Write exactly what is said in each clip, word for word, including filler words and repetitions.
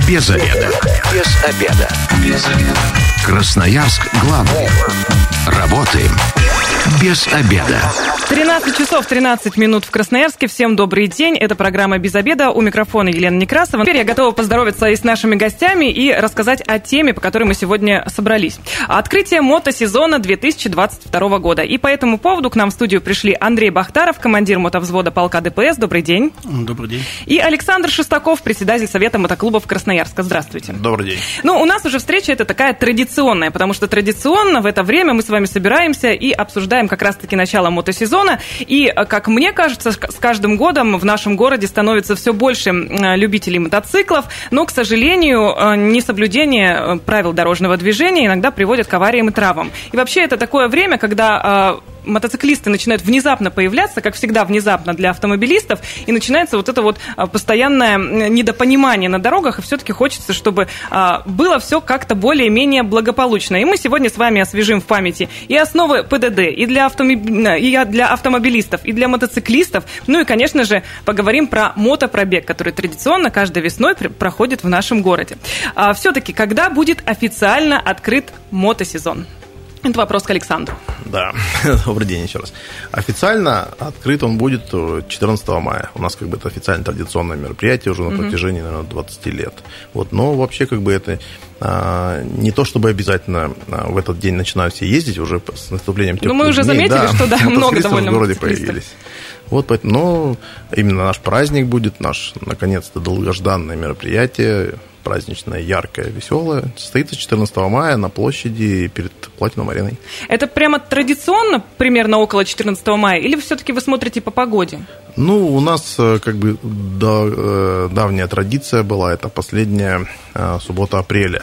Без обеда. Без обеда. Без обеда. Красноярск главный. Работаем без обеда. тринадцать часов тринадцать минут в Красноярске. Всем добрый день. Это программа «Без обеда». У микрофона Елена Некрасова. Теперь я готова поздороваться и с нашими гостями и рассказать о теме, по которой мы сегодня собрались. Открытие мотосезона две тысячи двадцать второго года. И по этому поводу к нам в студию пришли Андрей Бахтаров, командир мотовзвода полка ДПС. Добрый день. Добрый день. И Александр Шестаков, председатель Совета мотоклубов Красноярска. Здравствуйте. Добрый день. Ну, у нас уже встреча это такая традиционная, потому что традиционно в это время мы с вами собираемся и обсуждаем как раз-таки начало мотосезона. И, как мне кажется, с каждым годом в нашем городе становится все больше любителей мотоциклов, но, к сожалению, несоблюдение правил дорожного движения иногда приводит к авариям и травмам. И вообще это такое время, когда мотоциклисты начинают внезапно появляться, как всегда внезапно для автомобилистов, и начинается вот это вот постоянное недопонимание на дорогах, и все-таки хочется, чтобы было все как-то более-менее благополучно. И мы сегодня с вами освежим в памяти и основы ПДД, и для, автомоб... и для автомобилистов, и для мотоциклистов, ну и, конечно же, поговорим про мотопробег, который традиционно каждой весной проходит в нашем городе. Все-таки, когда будет официально открыт мотосезон? Это вопрос к Александру. Да, добрый день еще раз. Официально открыт он будет четырнадцатого мая. У нас как бы это официально традиционное мероприятие уже на mm-hmm. протяжении, наверное, двадцать лет. Вот, но вообще как бы это а, не то, чтобы обязательно а, в этот день начинают все ездить уже с наступлением теплых дней. Ну, мы уже заметили, да, что да, много довольно в городе появились. Вот, поэтому, но именно наш праздник будет, наш, наконец-то, долгожданное мероприятие, праздничное, яркое, веселое, состоится четырнадцатого мая на площади перед Платином-ареной. Это прямо традиционно, примерно около четырнадцатого мая, или все-таки вы смотрите по погоде? Ну, у нас как бы да, давняя традиция была, это последняя суббота апреля.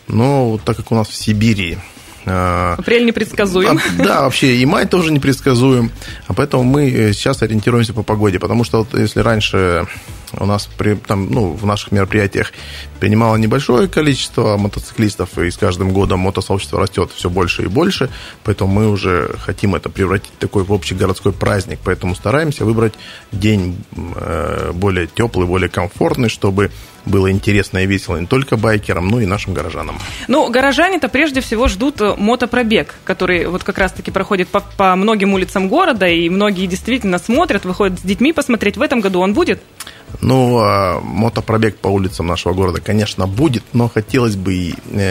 Но так как у нас в Сибири апрель непредсказуем. Да, вообще и май тоже непредсказуем. А поэтому мы сейчас ориентируемся по погоде. Потому что вот если раньше у нас при, там, ну, в наших мероприятиях принимало небольшое количество мотоциклистов, и с каждым годом мотосообщество растет все больше и больше, поэтому мы уже хотим это превратить в такой в общегородской праздник. Поэтому стараемся выбрать день более теплый, более комфортный, чтобы было интересно и весело не только байкерам, но и нашим горожанам. Ну, горожане-то прежде всего ждут мотопробег, который вот как раз-таки проходит по, по многим улицам города, и многие действительно смотрят, выходят с детьми посмотреть. В этом году он будет? Ну, мотопробег по улицам нашего города, конечно, будет, но хотелось бы и,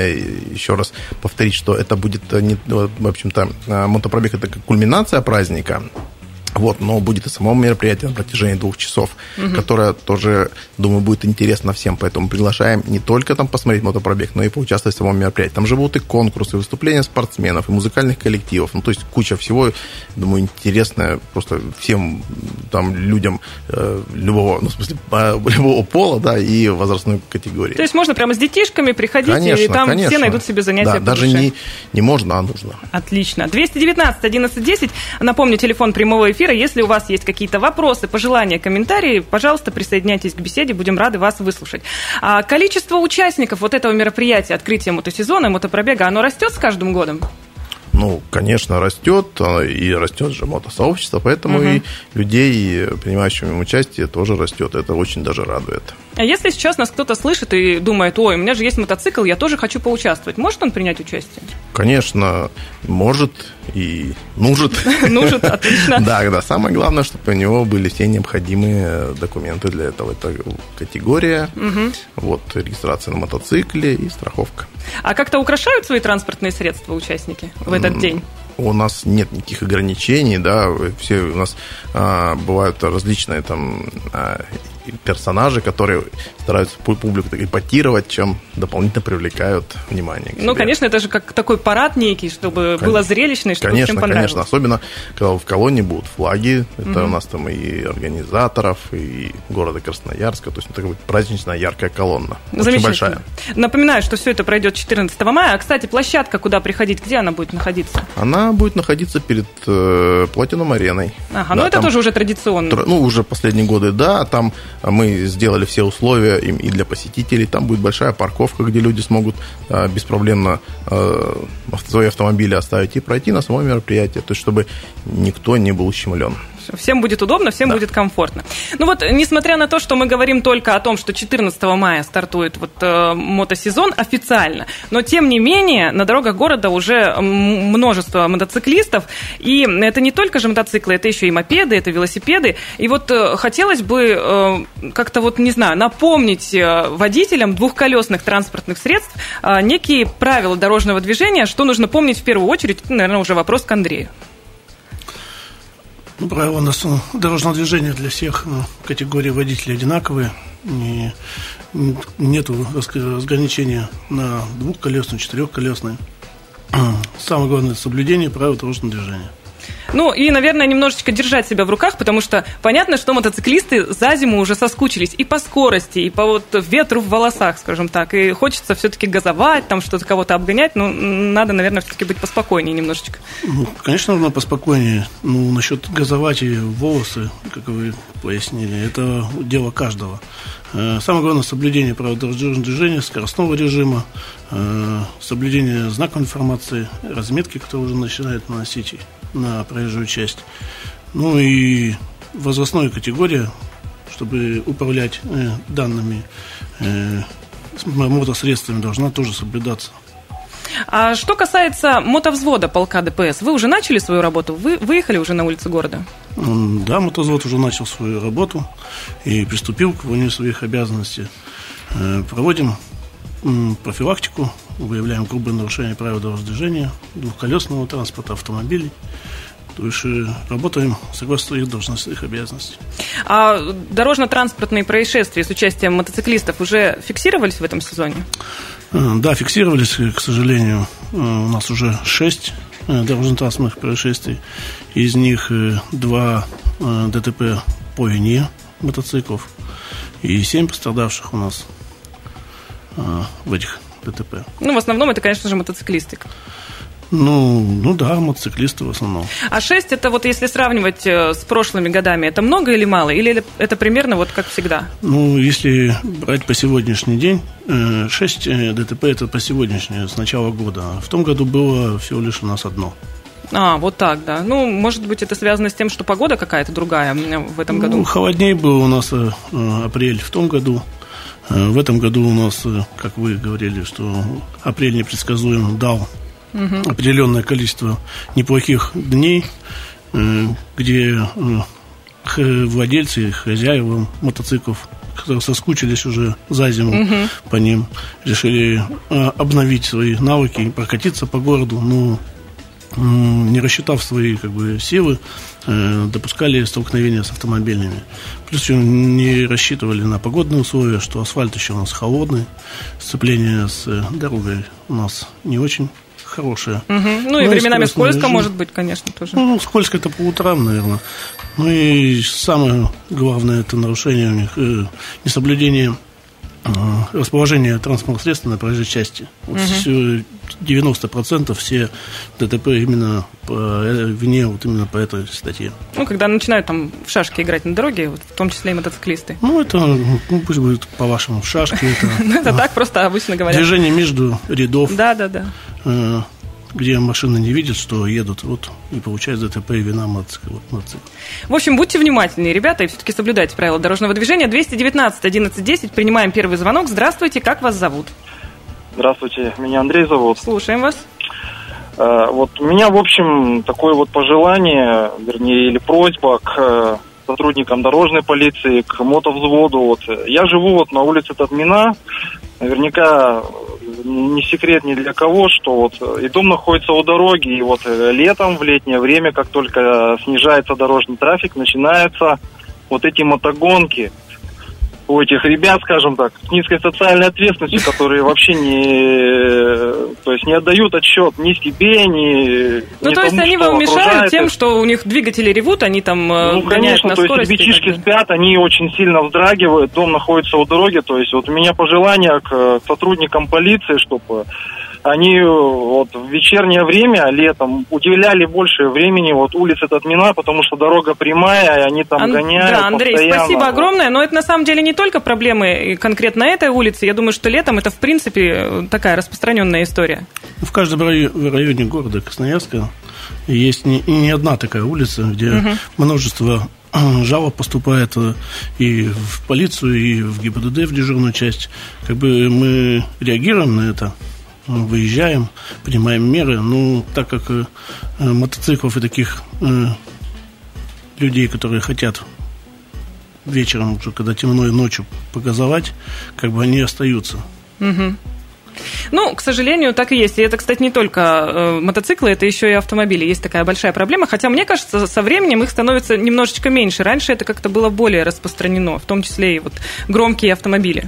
еще раз повторить, что это будет, не, в общем-то, мотопробег – это как кульминация праздника. Вот, но будет и само мероприятие на протяжении двух часов, угу. которое тоже, думаю, будет интересно всем. Поэтому приглашаем не только там посмотреть мотопробег, но и поучаствовать в самом мероприятии. Там же будут и конкурсы, выступления спортсменов, и музыкальных коллективов. Ну, то есть куча всего, думаю, интересное просто всем там людям э, любого, ну, в смысле, любого пола, да, и возрастной категории. То есть можно прямо с детишками приходить, конечно, и там конечно. Все найдут себе занятия. Да, даже не, не можно, а нужно. Отлично. двести девятнадцать одиннадцать десять. Напомню, телефон прямого эфира. Если у вас есть какие-то вопросы, пожелания, комментарии, пожалуйста, присоединяйтесь к беседе, будем рады вас выслушать. А количество участников вот этого мероприятия, открытия мотосезона, мотопробега, оно растет с каждым годом? Ну, конечно, растет, и растет же мотосообщество, поэтому угу. и людей, принимающих в нем участие, тоже растет. Это очень даже радует. А если сейчас нас кто-то слышит и думает, ой, у меня же есть мотоцикл, я тоже хочу поучаствовать, может он принять участие? Конечно, может и нужет. Нужет, отлично. Да, да. Самое главное, чтобы у него были все необходимые документы для этого. Это категория, вот, регистрация на мотоцикле и страховка. А как-то украшают свои транспортные средства участники в этот день? У нас нет никаких ограничений, да, все у нас а, бывают различные там а, персонажи, которые стараются публику эпатировать, чем дополнительно привлекают внимание к себе. Ну, конечно, это же как такой парад некий, чтобы конечно, было зрелищно и чтобы конечно, всем понравилось. Конечно, особенно, когда в колонне будут флаги, это угу. у нас там и организаторов, и города Красноярска, то есть это такая праздничная яркая колонна, очень большая. Напоминаю, что все это пройдет четырнадцатого мая, а, кстати, площадка, куда приходить, где она будет находиться? Она будет находиться перед э, Платином-ареной. Ага, да, ну это там, тоже уже традиционно. Ну, уже последние годы, да, там мы сделали все условия и для посетителей, там будет большая парковка, где люди смогут э, беспроблемно э, свои автомобили оставить и пройти на само мероприятие, то есть чтобы никто не был ущемлен. Всем будет удобно, всем да. будет комфортно. Ну вот, несмотря на то, что мы говорим только о том, что четырнадцатого мая стартует вот, э, мотосезон официально, но тем не менее на дорогах города уже множество мотоциклистов, и это не только же мотоциклы, это еще и мопеды, это велосипеды. И вот э, хотелось бы э, как-то вот, не знаю, напомнить э, водителям двухколесных транспортных средств э, некие правила дорожного движения, что нужно помнить в первую очередь, это, наверное, уже вопрос к Андрею. Ну, правила дорожного движения для всех ну, категорий водителей одинаковые. И нету разграничения на двухколесные, четырехколесные. Самое главное – это соблюдение правил дорожного движения. Ну и, наверное, немножечко держать себя в руках, потому что понятно, что мотоциклисты за зиму уже соскучились и по скорости, и по вот ветру в волосах, скажем так. И хочется все-таки газовать, там что-то кого-то обгонять, но надо, наверное, все-таки быть поспокойнее немножечко. Ну, конечно, нужно поспокойнее. Ну, насчет газовать и волосы, как вы пояснили, это дело каждого. Самое главное – соблюдение правил дорожного движения, скоростного режима, соблюдение знаков информации, разметки, которые уже начинают наносить на проезжую часть. Ну и возрастная категория, чтобы управлять э, данными э, мотосредствами, должна тоже соблюдаться. А что касается мотовзвода полка ДПС, вы уже начали свою работу? Вы выехали уже на улицы города? Да, мотовзвод уже начал свою работу и приступил к выполнению своих обязанностей. Э, проводим э, профилактику, выявляем грубые нарушения правил дорожного движения, двухколесного транспорта, автомобилей. То есть работаем согласно своих должностных обязанностей. А дорожно-транспортные происшествия с участием мотоциклистов уже фиксировались в этом сезоне? Да, фиксировались, к сожалению. У нас уже шесть дорожно-транспортных происшествий. Из них два ДТП по вине мотоциклов и семь пострадавших у нас в этих ДТП. Ну, в основном это, конечно же, мотоциклисты. Ну, ну да, мотоциклисты в основном. А шесть, это вот если сравнивать с прошлыми годами, это много или мало? Или это примерно вот как всегда? Ну, если брать по сегодняшний день, шесть ДТП это по сегодняшнему, с начала года. В том году было всего лишь у нас одно. А, вот так, да. Ну, может быть, это связано с тем, что погода какая-то другая в этом году? Ну, холоднее был у нас апрель в том году. В этом году у нас, как вы говорили, что апрель непредсказуем, дал угу. определенное количество неплохих дней, где владельцы, хозяева мотоциклов, которые соскучились уже за зиму угу. по ним, решили обновить свои навыки и прокатиться по городу, но не рассчитав свои как бы, силы, допускали столкновения с автомобилями. Плюс не рассчитывали на погодные условия, что асфальт еще у нас холодный, сцепление с дорогой у нас не очень хорошее. Угу. Ну, ну и временами скользко режим. Может быть, конечно, тоже. Ну, скользко это по утрам, наверное. Ну и самое главное это нарушение у них, э, несоблюдение э, расположения транспортных средств на проезжей части. Вот угу. все, девяносто процентов все ДТП именно по вине, вот именно по этой статье. Ну, когда начинают там в шашки играть на дороге, вот, в том числе и мотоциклисты. Ну, это, ну, пусть будет по-вашему в шашки. Ну, это так просто обычно говорят. Движение между рядов. Да, да, да. Где машины не видят, что едут, вот, и получают ДТП и вина мотоцикл, вот, мотоцикл. В общем, будьте внимательнее, ребята, и все-таки соблюдайте правила дорожного движения. двести девятнадцать одиннадцать десять, принимаем первый звонок. Здравствуйте, как вас зовут? Здравствуйте, меня Андрей зовут. Слушаем вас. Вот у меня, в общем, такое вот пожелание, вернее, или просьба к сотрудникам дорожной полиции, к мотовзводу. Вот. Я живу вот на улице Татмина, наверняка не секрет ни для кого, что вот и дом находится у дороги, и вот летом, в летнее время, как только снижается дорожный трафик, начинаются вот эти мотогонки у этих ребят, скажем так, с низкой социальной ответственностью, которые вообще не, то есть не отдают отчет ни себе, ни Ну, ни то есть тому, они вам мешают тем, их. что у них двигатели ревут, они там ну, гоняют конечно, на то скорости. Есть ребятишки спят, они очень сильно вздрагивают, дом находится у дороги, то есть вот у меня пожелание к сотрудникам полиции, чтобы они вот в вечернее время, летом, уделяли больше времени вот улице Татмина, потому что дорога прямая, и они там Ан- гоняют Да, Андрей, постоянно. спасибо огромное, но это на самом деле не только проблемы конкретно этой улицы, я думаю, что летом это, в принципе, такая распространенная история. В каждом районе города Красноярска есть не, не одна такая улица, где угу. множество жалоб поступает и в полицию, и в ГИБДД, в дежурную часть. Как бы мы реагируем на это, выезжаем, принимаем меры. Ну, так как э, мотоциклов и таких э, людей, которые хотят вечером, уже когда темно и ночью, погазовать, как бы они остаются. Угу. Ну, к сожалению, так и есть. И это, кстати, не только э, мотоциклы, это еще и автомобили. Есть такая большая проблема. Хотя, мне кажется, со временем их становится немножечко меньше. Раньше это как-то было более распространено, в том числе и вот громкие автомобили.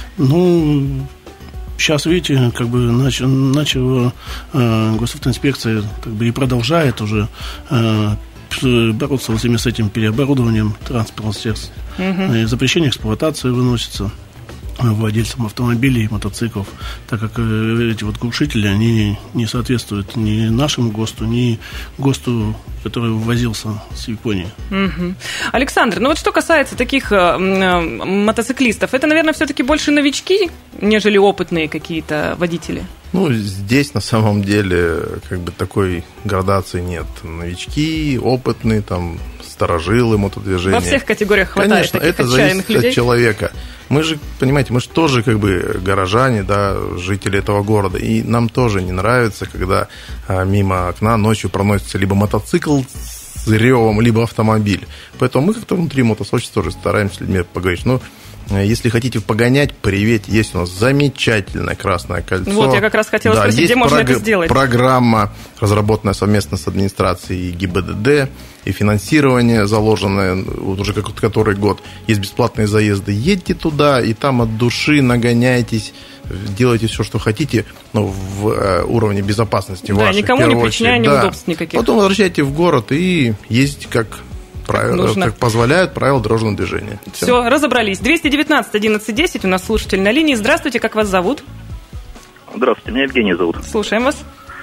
Ну, сейчас, видите, как бы начало, начало э, госавтоинспекция как бы и продолжает уже э, бороться вот с этим переоборудованием транспортных средств. Угу. Запрещение эксплуатации выносится владельцам автомобилей и мотоциклов, так как эти вот глушители, они не соответствуют ни нашему ГОСТу, ни ГОСТу, который ввозился с Японии. Угу. Александр, ну вот что касается таких э, мотоциклистов, это, наверное, все-таки больше новички, нежели опытные какие-то водители? Ну, здесь на самом деле как бы такой градации нет. Новички, опытные, там, старожилы мотодвижения. Во всех категориях хватает Конечно, таких это отчаянных людей. От человека. Мы же, понимаете, мы же тоже как бы горожане, да, жители этого города, и нам тоже не нравится, когда а, мимо окна ночью проносится либо мотоцикл с ревом, либо автомобиль. Поэтому мы как-то внутри мотосообщества тоже стараемся с людьми поговорить. Ну, если хотите погонять, привет, есть у нас замечательное Красное кольцо. Вот, я как раз хотела да, спросить, где прог- можно это сделать? Программа, разработанная совместно с администрацией ГИБДД, и финансирование заложенное вот уже как, который год. Есть бесплатные заезды. Едьте туда, и там от души нагоняйтесь, делайте все, что хотите, но в э, уровне безопасности да, вашей. никому не причиняя неудобств да. никаких. Потом возвращайте в город и ездите как... Правила, как позволяют правила дорожного движения. Все, Все разобрались. двести девятнадцать одиннадцать десять у нас слушатель на линии. Здравствуйте, как вас зовут? Здравствуйте, меня Евгений зовут. Слушаем вас.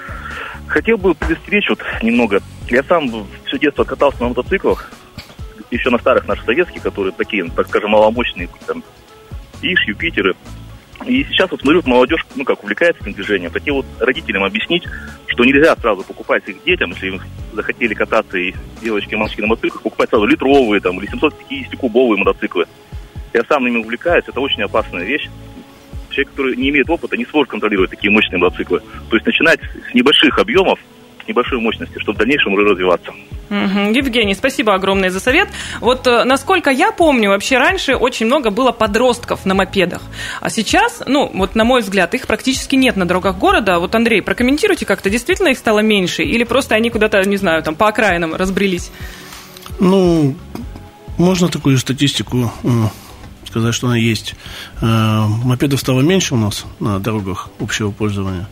Хотел бы предостеречь вот немного. Я сам все детство катался на мотоциклах, еще на старых наших советских, которые такие, так скажем, маломощные, там, Иш, Юпитеры. И сейчас вот смотрю, молодежь, ну как, увлекается этим движением. Хотел вот родителям объяснить, что нельзя сразу покупать их детям, если им захотели кататься и девочки и мальчики на мотоциклах, покупать сразу литровые там, или семьсот пятидесятикубовые мотоциклы. Я сам ими увлекаюсь, это очень опасная вещь. Человек, который не имеет опыта, не сможет контролировать такие мощные мотоциклы. То есть начинать с небольших объемов, с небольшой мощности, чтобы в дальнейшем уже развиваться. Угу. Евгений, спасибо огромное за совет. Вот насколько я помню, вообще раньше очень много было подростков на мопедах. А сейчас, ну, вот на мой взгляд, их практически нет на дорогах города. Вот, Андрей, прокомментируйте как-то, действительно их стало меньше? Или просто они куда-то, не знаю, там по окраинам разбрелись? Ну, можно такую статистику сказать, что она есть. Мопедов стало меньше у нас на дорогах общего пользования.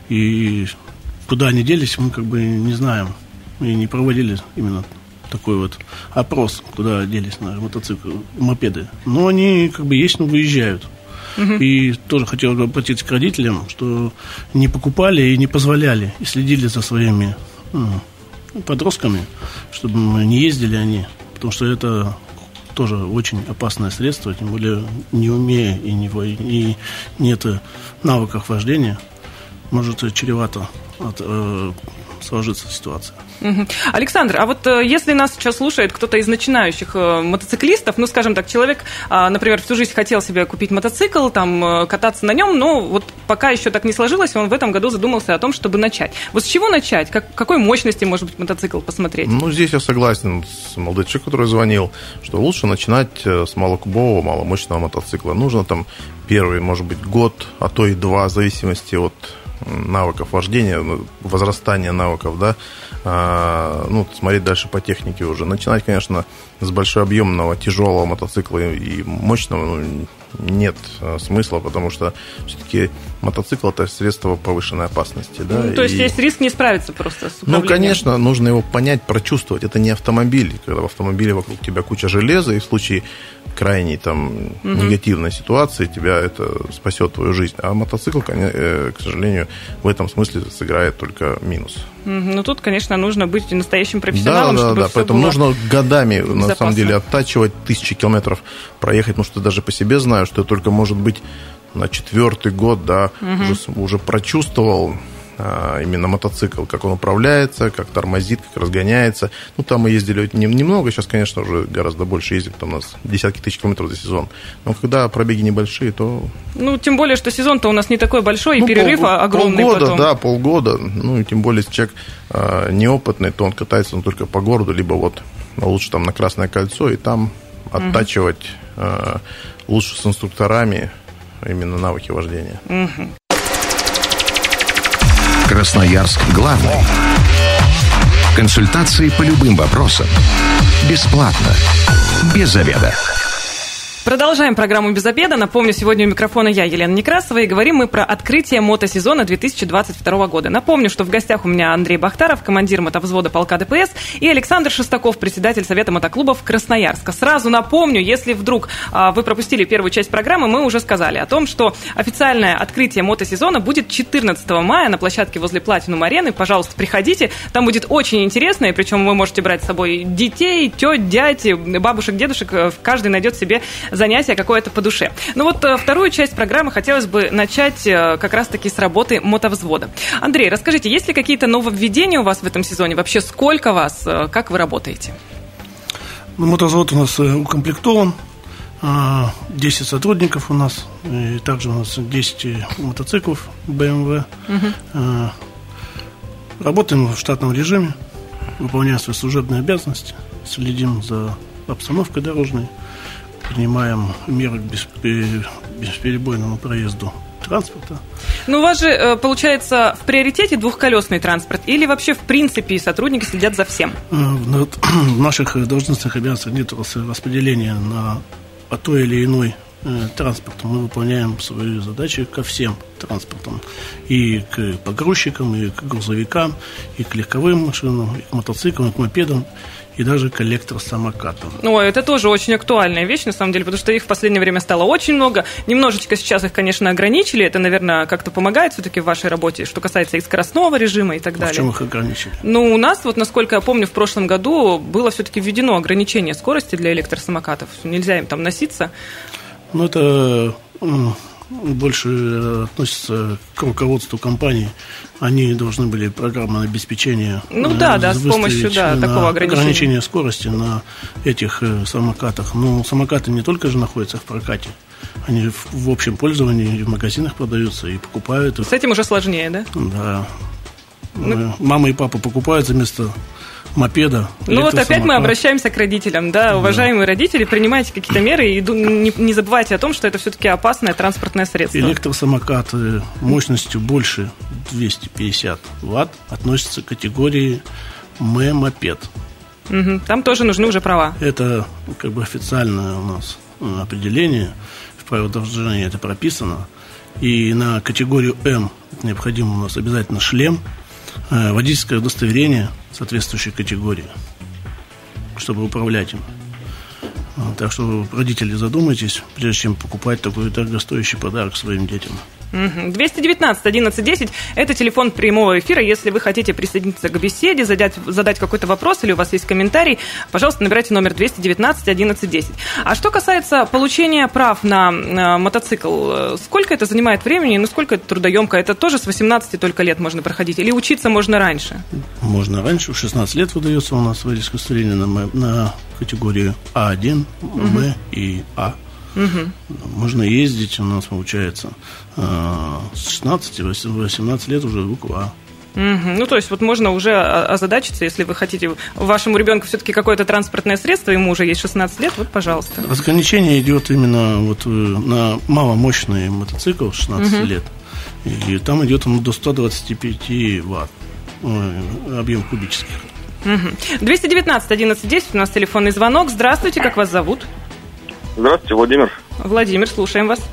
И куда они делись, мы как бы не знаем. И не проводили именно такой вот опрос, куда делись наши мотоциклы, мопеды. Но они как бы есть, но выезжают. Uh-huh. И тоже хотел бы обратиться к родителям, что не покупали и не позволяли, и следили за своими ну, подростками, чтобы не ездили они. Потому что это тоже очень опасное средство, тем более не умея и не, и нет навыков вождения, может чревато от, э, сложиться ситуация. Угу. Александр, а вот э, если нас сейчас слушает кто-то из начинающих э, мотоциклистов, ну, скажем так, человек, э, например, всю жизнь хотел себе купить мотоцикл, там, э, кататься на нем, но вот пока еще так не сложилось, он в этом году задумался о том, чтобы начать. Вот с чего начать? Как, какой мощности может быть мотоцикл посмотреть? Ну, здесь я согласен с молодым человеком, который звонил, что лучше начинать с малокубового, маломощного мотоцикла. Нужно там первый, может быть, год, а то и два, в зависимости от навыков вождения, возрастания навыков, да, а, ну, смотреть дальше по технике уже. Начинать, конечно, с большой объемного, тяжелого мотоцикла и мощного, ну, нет смысла, потому что все-таки мотоцикл – это средство повышенной опасности. Да? Ну, то есть и... есть риск не справиться просто с управлением? Ну, конечно, нужно его понять, прочувствовать. Это не автомобиль, когда в автомобиле вокруг тебя куча железа, и в случае крайней там, угу. негативной ситуации тебя это спасет твою жизнь. А мотоцикл, к сожалению, в этом смысле сыграет только минус. Ну, тут, конечно, нужно быть настоящим профессионалом, да, да, чтобы да, все поэтому было нужно годами, безопасно. На самом деле, оттачивать, тысячи километров проехать, потому что даже по себе знаю, что только, может быть, на четвертый год, да, угу. уже, уже прочувствовал а, именно мотоцикл, как он управляется, как тормозит, как разгоняется. Ну, там мы ездили немного, сейчас, конечно, уже гораздо больше ездим, там у нас десятки тысяч километров за сезон. Но когда пробеги небольшие, то... Ну, тем более, что сезон-то у нас не такой большой, и ну, перерыв пол, огромный полгода, потом. да, полгода. Ну, и тем более, если человек а, неопытный, то он катается он только по городу, либо вот лучше там на Красное кольцо, и там угу. оттачивать а, лучше с инструкторами именно навыки вождения. Угу. Красноярск главный. Консультации по любым вопросам. Бесплатно. Без заведа. Продолжаем программу «Без обеда». Напомню, сегодня у микрофона я, Елена Некрасова, и говорим мы про открытие мотосезона две тысячи двадцать второго года. Напомню, что в гостях у меня Андрей Бахтаров, командир мотовзвода полка ДПС, и Александр Шестаков, председатель Совета мотоклубов Красноярска. Сразу напомню, если вдруг а, вы пропустили первую часть программы, мы уже сказали о том, что официальное открытие мотосезона будет четырнадцатого мая на площадке возле Платинум-арены. Пожалуйста, приходите, там будет очень интересно, и причем вы можете брать с собой детей, теть, дядь, бабушек, дедушек, каждый найдет себе занятие какое-то по душе. Ну вот вторую часть программы хотелось бы начать как раз-таки с работы мотовзвода. Андрей, расскажите, есть ли какие-то нововведения у вас в этом сезоне? Вообще сколько вас? Как вы работаете? Ну, мотовзвод у нас укомплектован. десять сотрудников у нас. И также у нас десять мотоциклов бэ эм вэ. Угу. Работаем в штатном режиме. Выполняем свои служебные обязанности. Следим за обстановкой дорожной. Принимаем меры к бесперебойному проезду транспорта. Ну, у вас же, получается, в приоритете двухколесный транспорт или вообще, в принципе, сотрудники следят за всем? В наших должностных обязанностях нет распределения на той или иной транспорт. Мы выполняем свои задачи ко всем транспортам. И к погрузчикам, и к грузовикам, и к легковым машинам, и к мотоциклам, и к мопедам, и даже к электросамокатам. Ой, это тоже очень актуальная вещь, на самом деле, потому что их в последнее время стало очень много. Немножечко сейчас их, конечно, ограничили. Это, наверное, как-то помогает все-таки в вашей работе, что касается и скоростного режима и так далее. А в чем их ограничили? Ну, у нас, вот насколько я помню, в прошлом году было все-таки введено ограничение скорости для электросамокатов. Нельзя им там носиться. Ну, это больше относится к руководству компании. Они должны были программное обеспечение. Ну да, да, с помощью да, такого ограничения. Ограничение скорости на этих самокатах. Но самокаты не только же находятся в прокате. Они в, в общем пользовании в магазинах продаются и покупают их. С этим уже сложнее, да? Да. Ну, мама и папа покупают вместо мопеда. Ну вот опять мы обращаемся к родителям, да, да. Уважаемые родители, принимайте какие-то меры и не, не забывайте о том, что это все-таки опасное транспортное средство. Электросамокат мощностью больше двести пятьдесят ватт относится к категории М-мопед. Угу. Там тоже нужны уже права. Это как бы официальное у нас определение, в правилах дорожного движения это прописано. И на категорию М необходим у нас обязательно шлем, водительское удостоверение соответствующей категории, чтобы управлять им. Так что, родители, задумайтесь, прежде чем покупать такой дорогостоящий подарок своим детям. двести девятнадцать одиннадцать десять – это телефон прямого эфира. Если вы хотите присоединиться к беседе, задать, задать какой-то вопрос или у вас есть комментарий, пожалуйста, набирайте номер двести девятнадцать одиннадцать десять. А что касается получения прав на, на мотоцикл, сколько это занимает времени, ну сколько это трудоемко? Это тоже с восемнадцати только лет можно проходить или учиться можно раньше? Можно раньше, в шестнадцать лет выдается у нас водительское удостоверение на, на категорию А один, Б и А. Угу. Можно ездить, у нас получается с шестнадцати восемнадцати лет уже буква А. Угу. Ну, то есть вот можно уже озадачиться, если вы хотите вашему ребенку все-таки какое-то транспортное средство, ему уже есть шестнадцать лет, вот, пожалуйста. Разграничение идет именно вот на маломощный мотоцикл шестнадцати угу. лет. И там идет он до ста двадцати пяти ватт, объем кубических. Угу. двести девятнадцать одиннадцать десять, у нас телефонный звонок. Здравствуйте, как вас зовут? Здравствуйте, Владимир. Владимир, слушаем вас.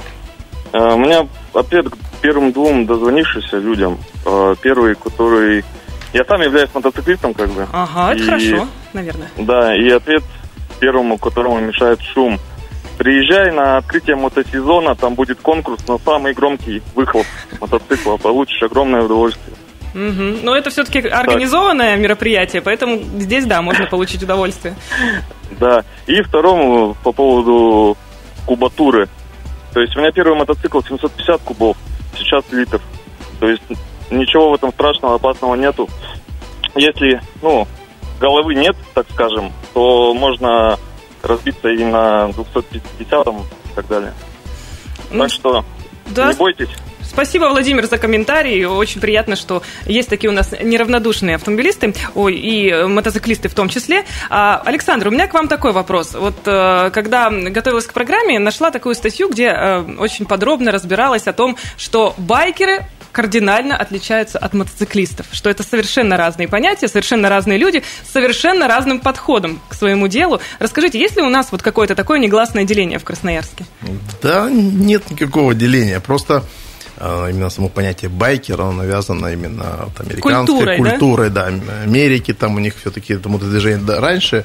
У меня ответ к первым двум дозвонившимся людям. Первый, который... Я сам являюсь мотоциклистом, как бы. Ага, это и... хорошо, наверное. Да, и ответ первому, которому мешает шум. Приезжай на открытие мотосезона, там будет конкурс на самый громкий выхлоп мотоцикла. Получишь огромное удовольствие. Угу. Но это все-таки организованное так. мероприятие, поэтому здесь, да, можно получить удовольствие. Да, и второму по поводу кубатуры. То есть у меня первый мотоцикл семьсот пятьдесят кубов, сейчас литров. То есть ничего в этом страшного, опасного нету. Если, ну, головы нет, так скажем, то можно разбиться и на двухсот пятидесятом и так далее. Ну, так что да. не бойтесь. Спасибо, Владимир, за комментарий. Очень приятно, что есть такие у нас неравнодушные автомобилисты, ой, и мотоциклисты в том числе. А, Александр, у меня к вам такой вопрос. Вот когда готовилась к программе, нашла такую статью, где очень подробно разбиралась о том, что байкеры кардинально отличаются от мотоциклистов, что это совершенно разные понятия, совершенно разные люди с совершенно разным подходом к своему делу. Расскажите, есть ли у нас вот какое-то такое негласное деление в Красноярске? Да, нет никакого деления, просто именно само понятие байкер, оно навязано именно от американской культурой, культурой, да? Да, Америки, там у них все-таки это мотодвижение да, раньше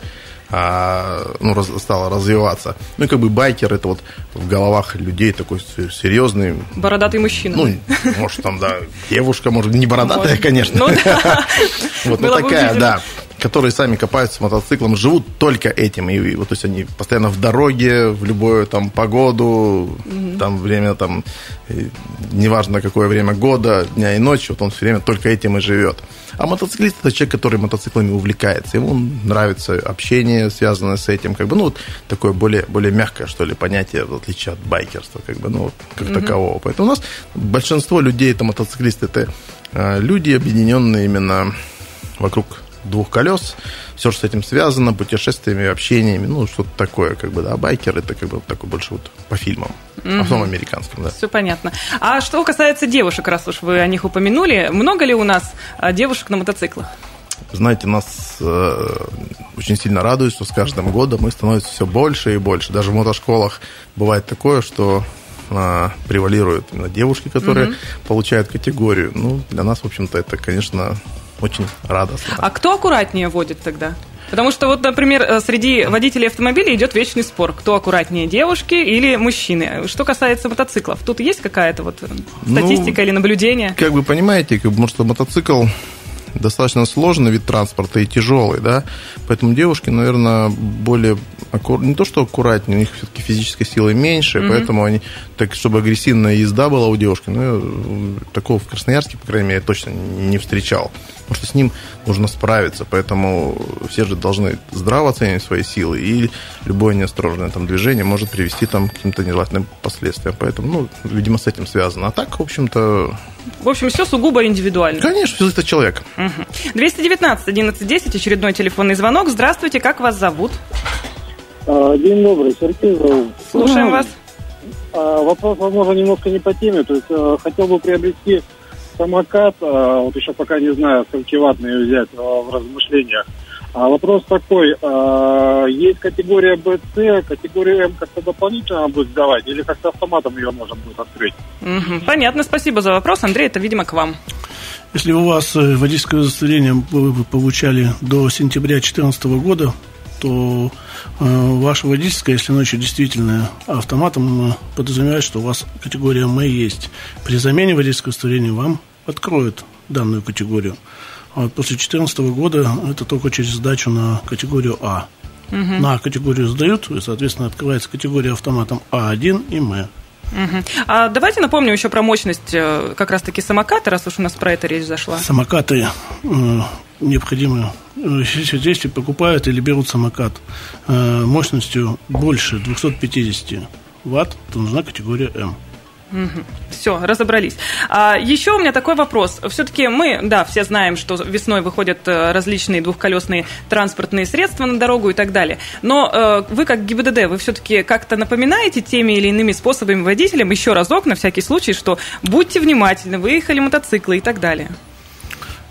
а, ну, раз, стало развиваться. Ну и как бы байкер это вот в головах людей такой серьезный. Бородатый мужчина. Ну, может, там, да, девушка, может, не бородатая, может. Конечно. Ну да. Вот такая, да. Которые сами копаются с мотоциклом, живут только этим. И вот, то есть они постоянно в дороге, в любую там погоду, mm-hmm. там время, там, неважно какое время года, дня и ночи, вот он все время только этим и живет. А мотоциклист – это человек, который мотоциклами увлекается. Ему нравится общение, связанное с этим. Как бы, ну, вот такое более, более мягкое, что ли, понятие, в отличие от байкерства, как бы, ну, вот, как mm-hmm. такового. Поэтому у нас большинство людей – это мотоциклисты, это люди, объединенные именно вокруг двух колес, все, что с этим связано, путешествиями, общениями, ну, что-то такое, как бы, да, байкер, это как бы такой больше вот по фильмам, mm-hmm. основном американским, да. Все понятно. А что касается девушек, раз уж вы о них упомянули, много ли у нас девушек на мотоциклах? Знаете, нас э, очень сильно радует, что с каждым годом их становится все больше и больше. Даже в мотошколах бывает такое, что э, превалируют именно девушки, которые mm-hmm. получают категорию. Ну, для нас, в общем-то, это, конечно, очень радостно. А кто аккуратнее водит тогда? Потому что, вот, например, среди водителей автомобилей идет вечный спор, кто аккуратнее, девушки или мужчины. Что касается мотоциклов, тут есть какая-то вот статистика ну, или наблюдение? Как вы понимаете, как бы, может, мотоцикл достаточно сложный вид транспорта и тяжелый, да, поэтому девушки, наверное, более аккур... не то что аккуратнее, у них все-таки физической силы меньше, mm-hmm. поэтому они, так, чтобы агрессивная езда была у девушки, ну, такого в Красноярске, по крайней мере, я точно не встречал, потому что с ним нужно справиться, поэтому все же должны здраво оценивать свои силы, и любое неосторожное там движение может привести там, к каким-то нежелательным последствиям, поэтому, ну, видимо, с этим связано, а так, в общем-то... В общем, все сугубо индивидуально. Конечно, все зависит от человека. Угу. двести девятнадцать одиннадцать десять, очередной телефонный звонок. Здравствуйте, как вас зовут? День добрый, Сергей зовут. Слушаем вас. Вопрос, возможно, немножко не по теме. То есть хотел бы приобрести самокат, вот еще пока не знаю, сколько ваттный взять в размышлениях. А вопрос такой, есть категория бэ цэ, категория эм как-то дополнительно будет сдавать, или как-то автоматом ее можно будет открыть? Угу. Понятно, спасибо за вопрос. Андрей, это, видимо, к вам. Если у вас водительское удостоверение вы получали до сентября две тысячи четырнадцатого года, то ваше водительское, если оно еще действительно автоматом, подразумевает, что у вас категория эм есть. При замене водительского удостоверения вам откроют данную категорию. А вот после две тысячи четырнадцатого года это только через сдачу на категорию А. Угу. На категорию сдают, и, соответственно, открывается категория автоматом А один и эм. Угу. А давайте напомним еще про мощность как раз-таки самоката, раз уж у нас про это речь зашла. Самокаты э, необходимо, здесь покупают или берут самокат э, мощностью больше двести пятьдесят ватт, то нужна категория М. Угу. Все, разобрались. А еще у меня такой вопрос. Все-таки мы, да, все знаем, что весной выходят различные двухколесные транспортные средства на дорогу и так далее. Но э, вы, как ГИБДД, вы все-таки как-то напоминаете теми или иными способами водителям еще разок, на всякий случай, что будьте внимательны, выехали мотоциклы и так далее?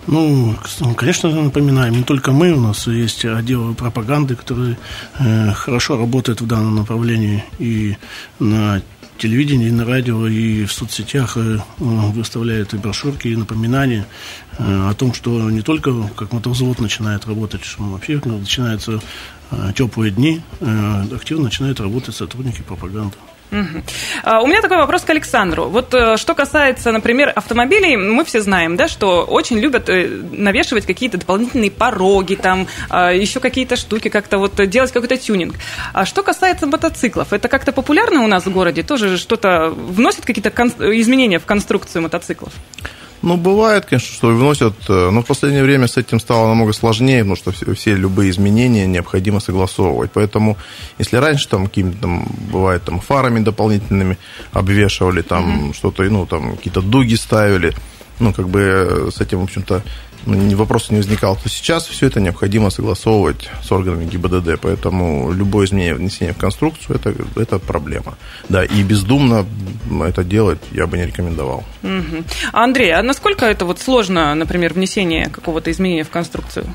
Ну, конечно, напоминаем, не только мы, у нас есть отдел пропаганды, который э, хорошо работает в данном направлении и на телевидении, и на радио, и в соцсетях э, выставляют и брошюрки, и напоминания э, о том, что не только как мотовзвод начинает работать, что вообще начинаются э, теплые дни, э, активно начинают работать сотрудники пропаганды. Угу. А, у меня такой вопрос к Александру. Вот что касается, например, автомобилей, мы все знаем, да, что очень любят навешивать какие-то дополнительные пороги, там, еще какие-то штуки, как-то вот делать какой-то тюнинг. А что касается мотоциклов, это как-то популярно у нас в городе? Тоже что-то вносит какие-то кон- изменения в конструкцию мотоциклов? Ну, бывает, конечно, что вносят, но в последнее время с этим стало намного сложнее, потому что все, все любые изменения необходимо согласовывать. Поэтому, если раньше там какими-то там, бывает, там, фарами дополнительными обвешивали, там, mm-hmm. что-то, ну, там, какие-то дуги ставили, ну, как бы с этим, в общем-то, ну, вопроса не возникал, то сейчас все это необходимо согласовывать с органами ГИБДД, поэтому любое изменение, внесение в конструкцию это, это проблема. Да, и бездумно это делать я бы не рекомендовал. Угу. Андрей, а насколько это вот сложно, например, внесение какого-то изменения в конструкцию?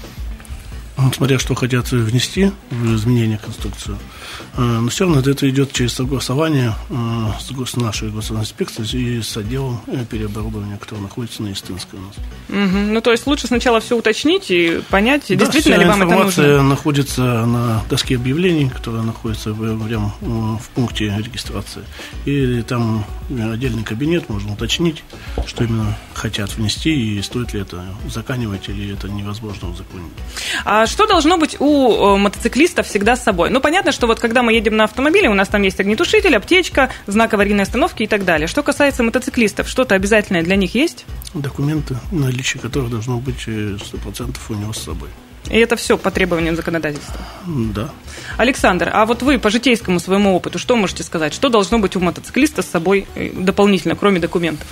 Смотря что хотят внести в изменение в конструкцию. Но все равно это идет через согласование с нашей госинспекцией и с отделом переоборудования, который находится на Истинской у нас. Угу. Ну, то есть лучше сначала все уточнить и понять, да, действительно ли вам это нужно. Информация находится на доске объявлений, которая находится прямо в пункте регистрации. И там отдельный кабинет, можно уточнить, что именно хотят внести и стоит ли это узаконивать или это невозможно узаконить. А что должно быть у мотоциклиста всегда с собой? Ну, понятно, что вот когда мы едем на автомобиле, у нас там есть огнетушитель, аптечка, знак аварийной остановки и так далее. Что касается мотоциклистов, что-то обязательное для них есть? Документы, наличие которых должно быть сто процентов у него с собой. И это все по требованиям законодательства? Да. Александр, а вот вы по житейскому своему опыту что можете сказать? Что должно быть у мотоциклиста с собой дополнительно, кроме документов?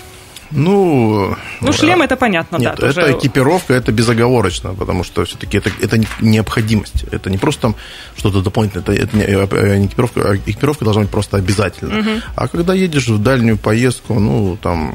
Ну, ну, шлем это понятно, нет, да. Это тоже... экипировка, это безоговорочно, потому что все-таки это, это необходимость. Это не просто там что-то дополнительное, это, это не экипировка, экипировка должна быть просто обязательно. Угу. А когда едешь в дальнюю поездку, ну, там,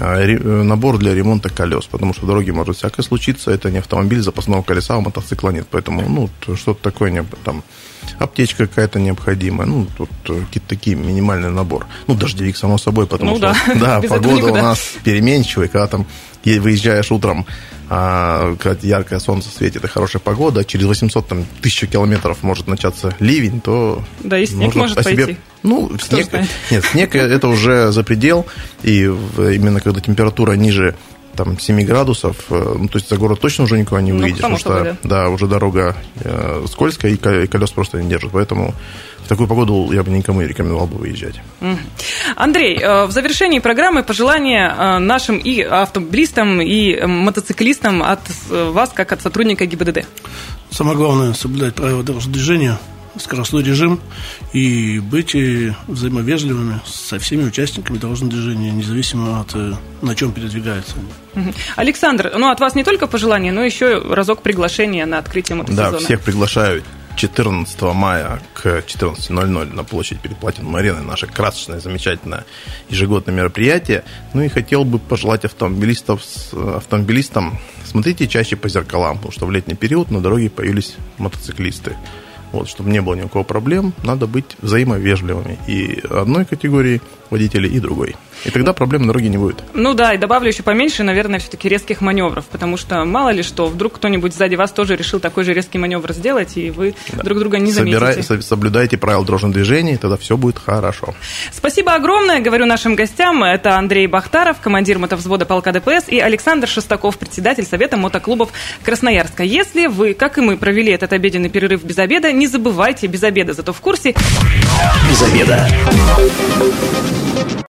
набор для ремонта колес, потому что в дороге может всякое случиться, это не автомобиль запасного колеса, а мотоцикла нет, поэтому, ну, что-то такое, там, аптечка какая-то необходимая, ну, тут какие-то такие минимальный набор. Ну, дождевик, само собой, потому ну, что, да, да, погода у нас переменчивая, когда там выезжаешь утром, а, когда яркое солнце светит и хорошая погода, через восемьсот там, тысяч километров может начаться ливень, то... Да, и снег может о себе... пойти. Ну, снег... Нет, снег это уже за предел, и именно когда температура ниже там, семь градусов, ну, то есть за город точно уже никуда не выйдешь, ну, потому что, да. да, уже дорога э, скользкая, и колес просто не держит, поэтому в такую погоду я бы никому не рекомендовал бы выезжать. Андрей, в завершении программы пожелания нашим и автомобилистам, и мотоциклистам от вас, как от сотрудника ГИБДД. Самое главное – соблюдать правила дорожного движения, скоростной режим и быть взаимовежливыми со всеми участниками дорожного движения, независимо от на чем передвигаются они. Александр, ну от вас не только пожелания, но еще разок приглашения на открытие мотосезона. Да, всех приглашаю четырнадцатого мая к четырнадцати ноль-ноль на площадь перед Платиновой ареной. Наше красочное, замечательное ежегодное мероприятие. Ну и хотел бы пожелать автомобилистов, автомобилистам смотрите чаще по зеркалам, потому что в летний период на дороге появились мотоциклисты. Вот, чтобы не было никакого проблем, надо быть взаимовежливыми и одной категории водителей, и другой. И тогда проблем на дороге не будет. Ну да, и добавлю еще поменьше, наверное, все-таки резких маневров, потому что мало ли что, вдруг кто-нибудь сзади вас тоже решил такой же резкий маневр сделать, и вы да. друг друга не заметите. Собирай, соблюдайте правила дорожного движения, и тогда все будет хорошо. Спасибо огромное, говорю нашим гостям. Это Андрей Бахтаров, командир мотовзвода полка ДПС, и Александр Шестаков, председатель Совета мотоклубов Красноярска. Если вы, как и мы, провели этот обеденный перерыв без обеда, не забывайте без обеда, зато в курсе. Без обеда.